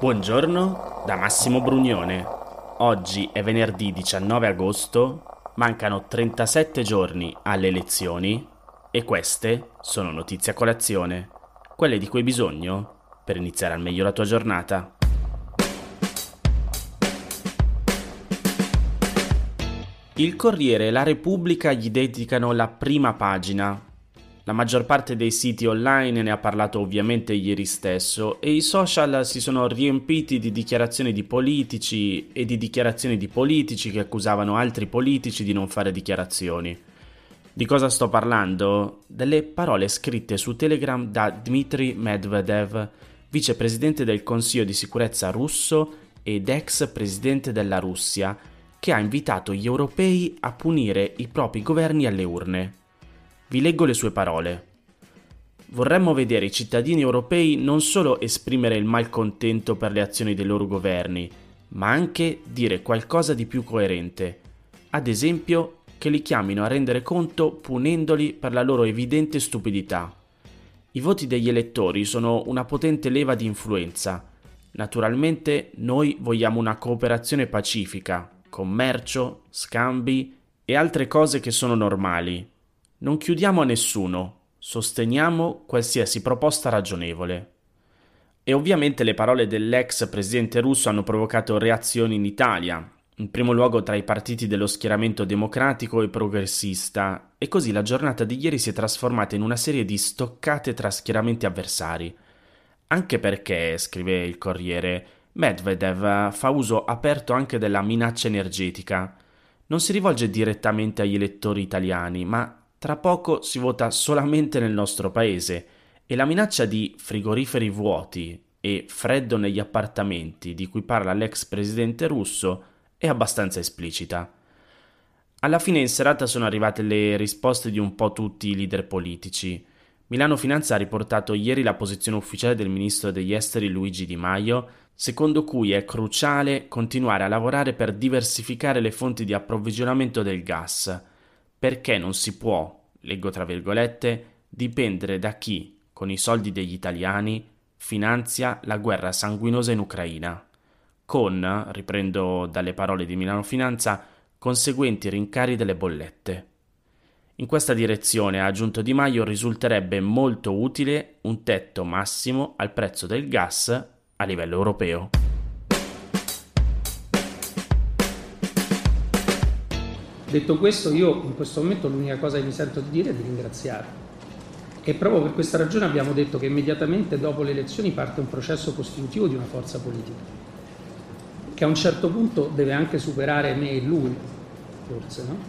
Buongiorno da Massimo Brugnone. Oggi è venerdì 19 agosto, mancano 37 giorni alle elezioni e queste sono notizie a colazione, quelle di cui hai bisogno per iniziare al meglio la tua giornata. Il Corriere e la Repubblica gli dedicano la prima pagina. La maggior parte dei siti online ne ha parlato ovviamente ieri stesso e i social si sono riempiti di dichiarazioni di politici e di dichiarazioni di politici che accusavano altri politici di non fare dichiarazioni. Di cosa sto parlando? Delle parole scritte su Telegram da Dmitry Medvedev, vicepresidente del Consiglio di sicurezza russo ed ex presidente della Russia, che ha invitato gli europei a punire i propri governi alle urne. Vi leggo le sue parole. Vorremmo vedere i cittadini europei non solo esprimere il malcontento per le azioni dei loro governi, ma anche dire qualcosa di più coerente. Ad esempio, che li chiamino a rendere conto punendoli per la loro evidente stupidità. I voti degli elettori sono una potente leva di influenza. Naturalmente noi vogliamo una cooperazione pacifica, commercio, scambi e altre cose che sono normali. Non chiudiamo a nessuno, sosteniamo qualsiasi proposta ragionevole. E ovviamente le parole dell'ex presidente russo hanno provocato reazioni in Italia, in primo luogo tra i partiti dello schieramento democratico e progressista, e così la giornata di ieri si è trasformata in una serie di stoccate tra schieramenti avversari. Anche perché, scrive il Corriere, Medvedev fa uso aperto anche della minaccia energetica. Non si rivolge direttamente agli elettori italiani, ma tra poco si vota solamente nel nostro paese e la minaccia di frigoriferi vuoti e freddo negli appartamenti di cui parla l'ex presidente russo è abbastanza esplicita. Alla fine in serata sono arrivate le risposte di un po' tutti i leader politici. Milano Finanza ha riportato ieri la posizione ufficiale del ministro degli esteri Luigi Di Maio, secondo cui è cruciale continuare a lavorare per diversificare le fonti di approvvigionamento del gas, perché non si può, leggo tra virgolette, dipendere da chi, con i soldi degli italiani, finanzia la guerra sanguinosa in Ucraina, con, riprendo dalle parole di Milano Finanza, conseguenti rincari delle bollette. In questa direzione, ha aggiunto Di Maio, risulterebbe molto utile un tetto massimo al prezzo del gas a livello europeo. Detto questo, io in questo momento l'unica cosa che mi sento di dire è di ringraziare. E proprio per questa ragione abbiamo detto che immediatamente dopo le elezioni parte un processo costitutivo di una forza politica, che a un certo punto deve anche superare me e lui, forse, no?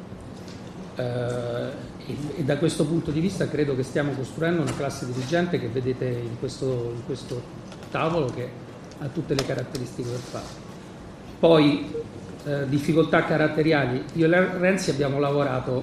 E da questo punto di vista credo che stiamo costruendo una classe dirigente che vedete in questo tavolo, che ha tutte le caratteristiche per farlo. Poi difficoltà caratteriali. Io e Renzi abbiamo lavorato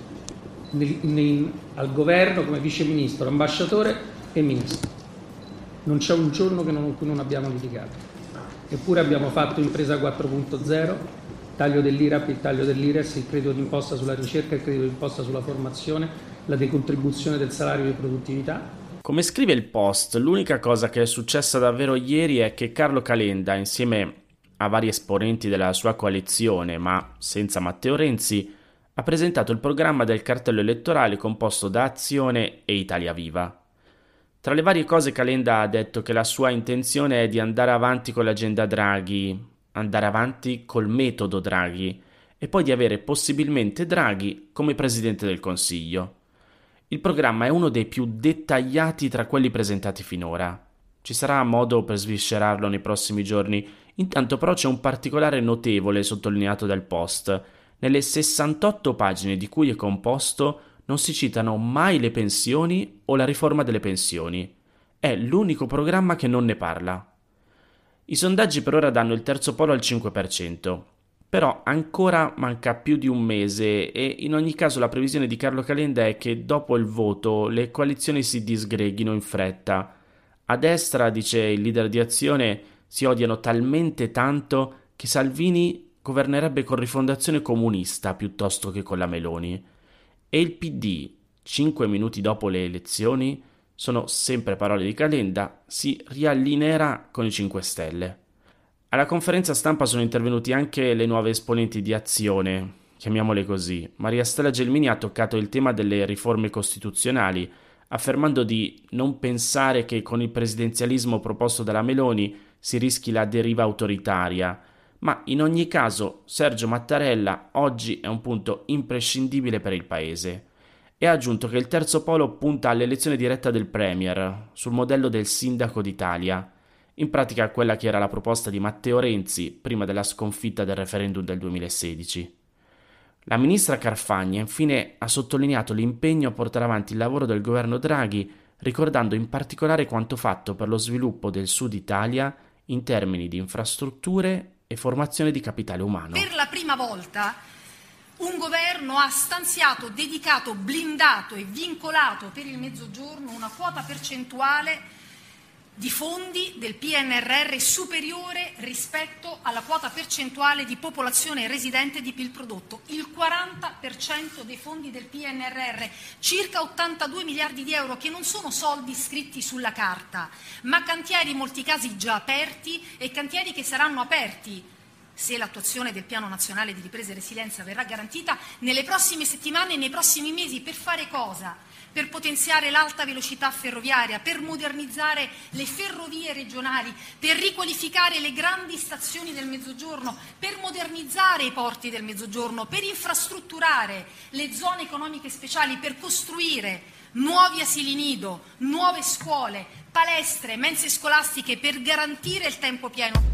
al governo come vice ministro, ambasciatore e ministro. Non c'è un giorno in cui non abbiamo litigato. Eppure abbiamo fatto impresa 4.0, taglio dell'IRAP, il taglio dell'IRES, il credito d'imposta sulla ricerca, il credito d'imposta sulla formazione, la decontribuzione del salario di produttività. Come scrive il Post, l'unica cosa che è successa davvero ieri è che Carlo Calenda, insieme a vari esponenti della sua coalizione, ma senza Matteo Renzi, ha presentato il programma del cartello elettorale composto da Azione e Italia Viva. Tra le varie cose Calenda ha detto che la sua intenzione è di andare avanti con l'agenda Draghi, andare avanti col metodo Draghi e poi di avere possibilmente Draghi come Presidente del Consiglio. Il programma è uno dei più dettagliati tra quelli presentati finora. Ci sarà modo per sviscerarlo nei prossimi giorni. Intanto però c'è un particolare notevole sottolineato dal Post. Nelle 68 pagine di cui è composto non si citano mai le pensioni o la riforma delle pensioni. È l'unico programma che non ne parla. I sondaggi per ora danno il terzo polo al 5%, però ancora manca più di un mese e in ogni caso la previsione di Carlo Calenda è che dopo il voto le coalizioni si disgreghino in fretta. A destra, dice il leader di Azione, si odiano talmente tanto che Salvini governerebbe con Rifondazione Comunista piuttosto che con la Meloni. E il PD, 5 minuti dopo le elezioni, sono sempre parole di Calenda, si riallineerà con i 5 Stelle. Alla conferenza stampa sono intervenuti anche le nuove esponenti di Azione, chiamiamole così. Maria Stella Gelmini ha toccato il tema delle riforme costituzionali, affermando di non pensare che con il presidenzialismo proposto dalla Meloni si rischi la deriva autoritaria, ma in ogni caso Sergio Mattarella oggi è un punto imprescindibile per il Paese. E ha aggiunto che il terzo polo punta all'elezione diretta del Premier, sul modello del sindaco d'Italia, in pratica quella che era la proposta di Matteo Renzi prima della sconfitta del referendum del 2016. La ministra Carfagna infine ha sottolineato l'impegno a portare avanti il lavoro del governo Draghi, ricordando in particolare quanto fatto per lo sviluppo del Sud Italia in termini di infrastrutture e formazione di capitale umano. Per la prima volta un governo ha stanziato, dedicato, blindato e vincolato per il Mezzogiorno una quota percentuale di fondi del PNRR superiore rispetto alla quota percentuale di popolazione residente di PIL prodotto. Il 40% dei fondi del PNRR, circa 82 miliardi di euro, che non sono soldi scritti sulla carta, ma cantieri in molti casi già aperti e cantieri che saranno aperti, se l'attuazione del Piano Nazionale di Ripresa e Resilienza verrà garantita, nelle prossime settimane e nei prossimi mesi. Per fare cosa? Per potenziare l'alta velocità ferroviaria, per modernizzare le ferrovie regionali, per riqualificare le grandi stazioni del Mezzogiorno, per modernizzare i porti del Mezzogiorno, per infrastrutturare le zone economiche speciali, per costruire nuovi asili nido, nuove scuole, palestre, mense scolastiche, per garantire il tempo pieno.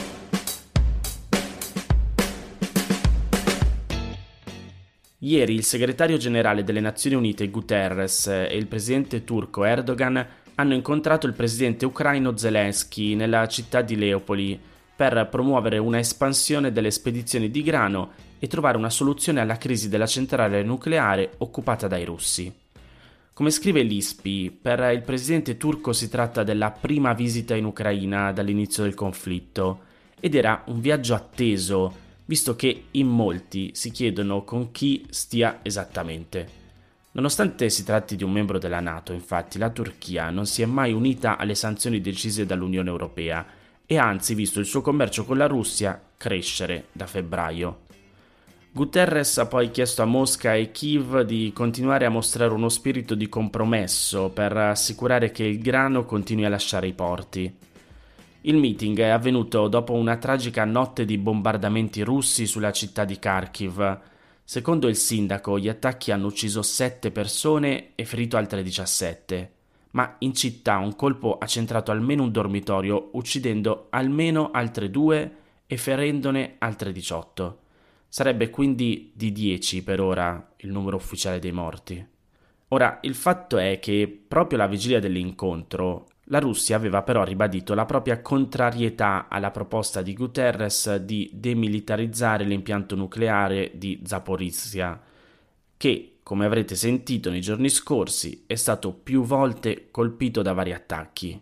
Ieri il segretario generale delle Nazioni Unite Guterres e il presidente turco Erdogan hanno incontrato il presidente ucraino Zelensky nella città di Leopoli per promuovere una espansione delle spedizioni di grano e trovare una soluzione alla crisi della centrale nucleare occupata dai russi. Come scrive l'ISPI, per il presidente turco si tratta della prima visita in Ucraina dall'inizio del conflitto ed era un viaggio atteso, visto che in molti si chiedono con chi stia esattamente. Nonostante si tratti di un membro della NATO, infatti, la Turchia non si è mai unita alle sanzioni decise dall'Unione Europea e ha anzi visto il suo commercio con la Russia crescere da febbraio. Guterres ha poi chiesto a Mosca e Kiev di continuare a mostrare uno spirito di compromesso per assicurare che il grano continui a lasciare i porti. Il meeting è avvenuto dopo una tragica notte di bombardamenti russi sulla città di Kharkiv. Secondo il sindaco, gli attacchi hanno ucciso 7 persone e ferito altre 17, ma in città un colpo ha centrato almeno un dormitorio, uccidendo almeno altre 2 e ferendone altre 18. Sarebbe quindi di 10 per ora il numero ufficiale dei morti. Ora, il fatto è che proprio alla vigilia dell'incontro la Russia aveva però ribadito la propria contrarietà alla proposta di Guterres di demilitarizzare l'impianto nucleare di Zaporizhzhia, che, come avrete sentito nei giorni scorsi, è stato più volte colpito da vari attacchi.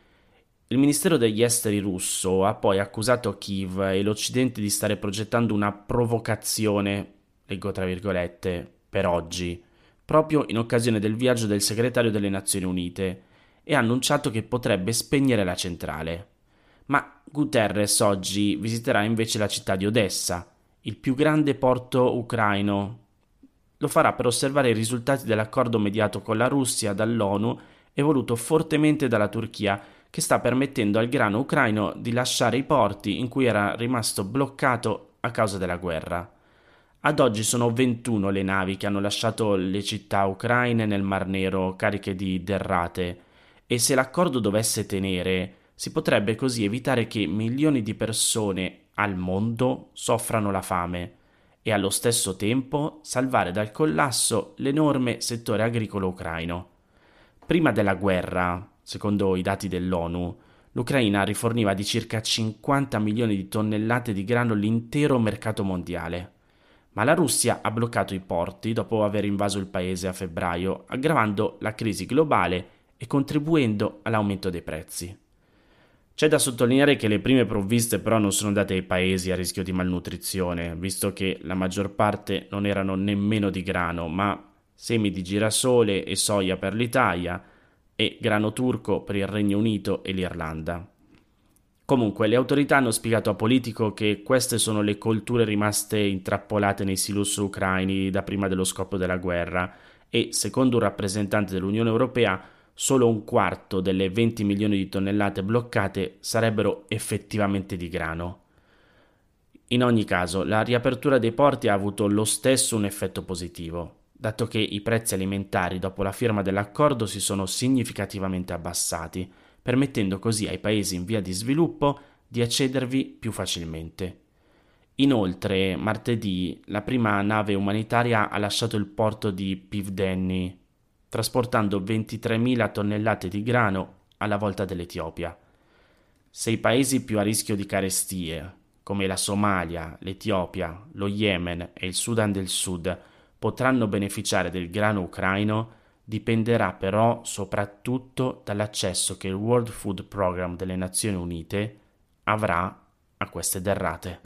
Il Ministero degli Esteri russo ha poi accusato Kiev e l'Occidente di stare progettando una provocazione, leggo tra virgolette, per oggi, proprio in occasione del viaggio del segretario delle Nazioni Unite, e ha annunciato che potrebbe spegnere la centrale. Ma Guterres oggi visiterà invece la città di Odessa, il più grande porto ucraino. Lo farà per osservare i risultati dell'accordo mediato con la Russia dall'ONU e voluto fortemente dalla Turchia, che sta permettendo al grano ucraino di lasciare i porti in cui era rimasto bloccato a causa della guerra. Ad oggi sono 21 le navi che hanno lasciato le città ucraine nel Mar Nero cariche di derrate, e se l'accordo dovesse tenere, si potrebbe così evitare che milioni di persone al mondo soffrano la fame e allo stesso tempo salvare dal collasso l'enorme settore agricolo ucraino. Prima della guerra, secondo i dati dell'ONU, l'Ucraina riforniva di circa 50 milioni di tonnellate di grano l'intero mercato mondiale. Ma la Russia ha bloccato i porti dopo aver invaso il paese a febbraio, aggravando la crisi globale e contribuendo all'aumento dei prezzi. C'è da sottolineare che le prime provviste però non sono andate ai paesi a rischio di malnutrizione, visto che la maggior parte non erano nemmeno di grano, ma semi di girasole e soia per l'Italia, e grano turco per il Regno Unito e l'Irlanda. Comunque, le autorità hanno spiegato a Politico che queste sono le colture rimaste intrappolate nei silos ucraini da prima dello scoppio della guerra e, secondo un rappresentante dell'Unione Europea, solo un quarto delle 20 milioni di tonnellate bloccate sarebbero effettivamente di grano. In ogni caso, la riapertura dei porti ha avuto lo stesso un effetto positivo, dato che i prezzi alimentari dopo la firma dell'accordo si sono significativamente abbassati, permettendo così ai paesi in via di sviluppo di accedervi più facilmente. Inoltre, martedì, la prima nave umanitaria ha lasciato il porto di Pivdenny, trasportando 23.000 tonnellate di grano alla volta dell'Etiopia. Se i paesi più a rischio di carestie, come la Somalia, l'Etiopia, lo Yemen e il Sudan del Sud, potranno beneficiare del grano ucraino, dipenderà però soprattutto dall'accesso che il World Food Programme delle Nazioni Unite avrà a queste derrate.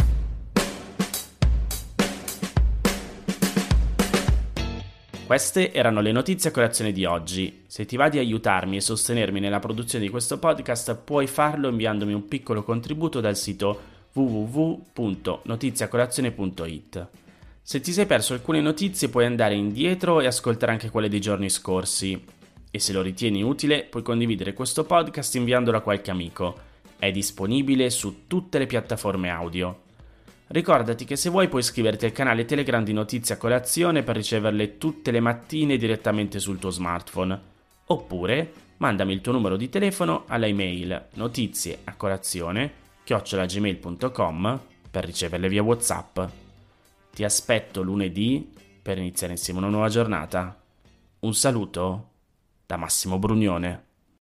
Queste erano le notizie a colazione di oggi. Se ti va di aiutarmi e sostenermi nella produzione di questo podcast, puoi farlo inviandomi un piccolo contributo dal sito www.notiziacolazione.it. Se ti sei perso alcune notizie puoi andare indietro e ascoltare anche quelle dei giorni scorsi. E se lo ritieni utile puoi condividere questo podcast inviandolo a qualche amico. È disponibile su tutte le piattaforme audio. Ricordati che se vuoi puoi iscriverti al canale Telegram di Notizie a Colazione per riceverle tutte le mattine direttamente sul tuo smartphone. Oppure mandami il tuo numero di telefono alla email notizieacolazione@gmail.com per riceverle via WhatsApp. Ti aspetto lunedì per iniziare insieme una nuova giornata. Un saluto da Massimo Brugnone.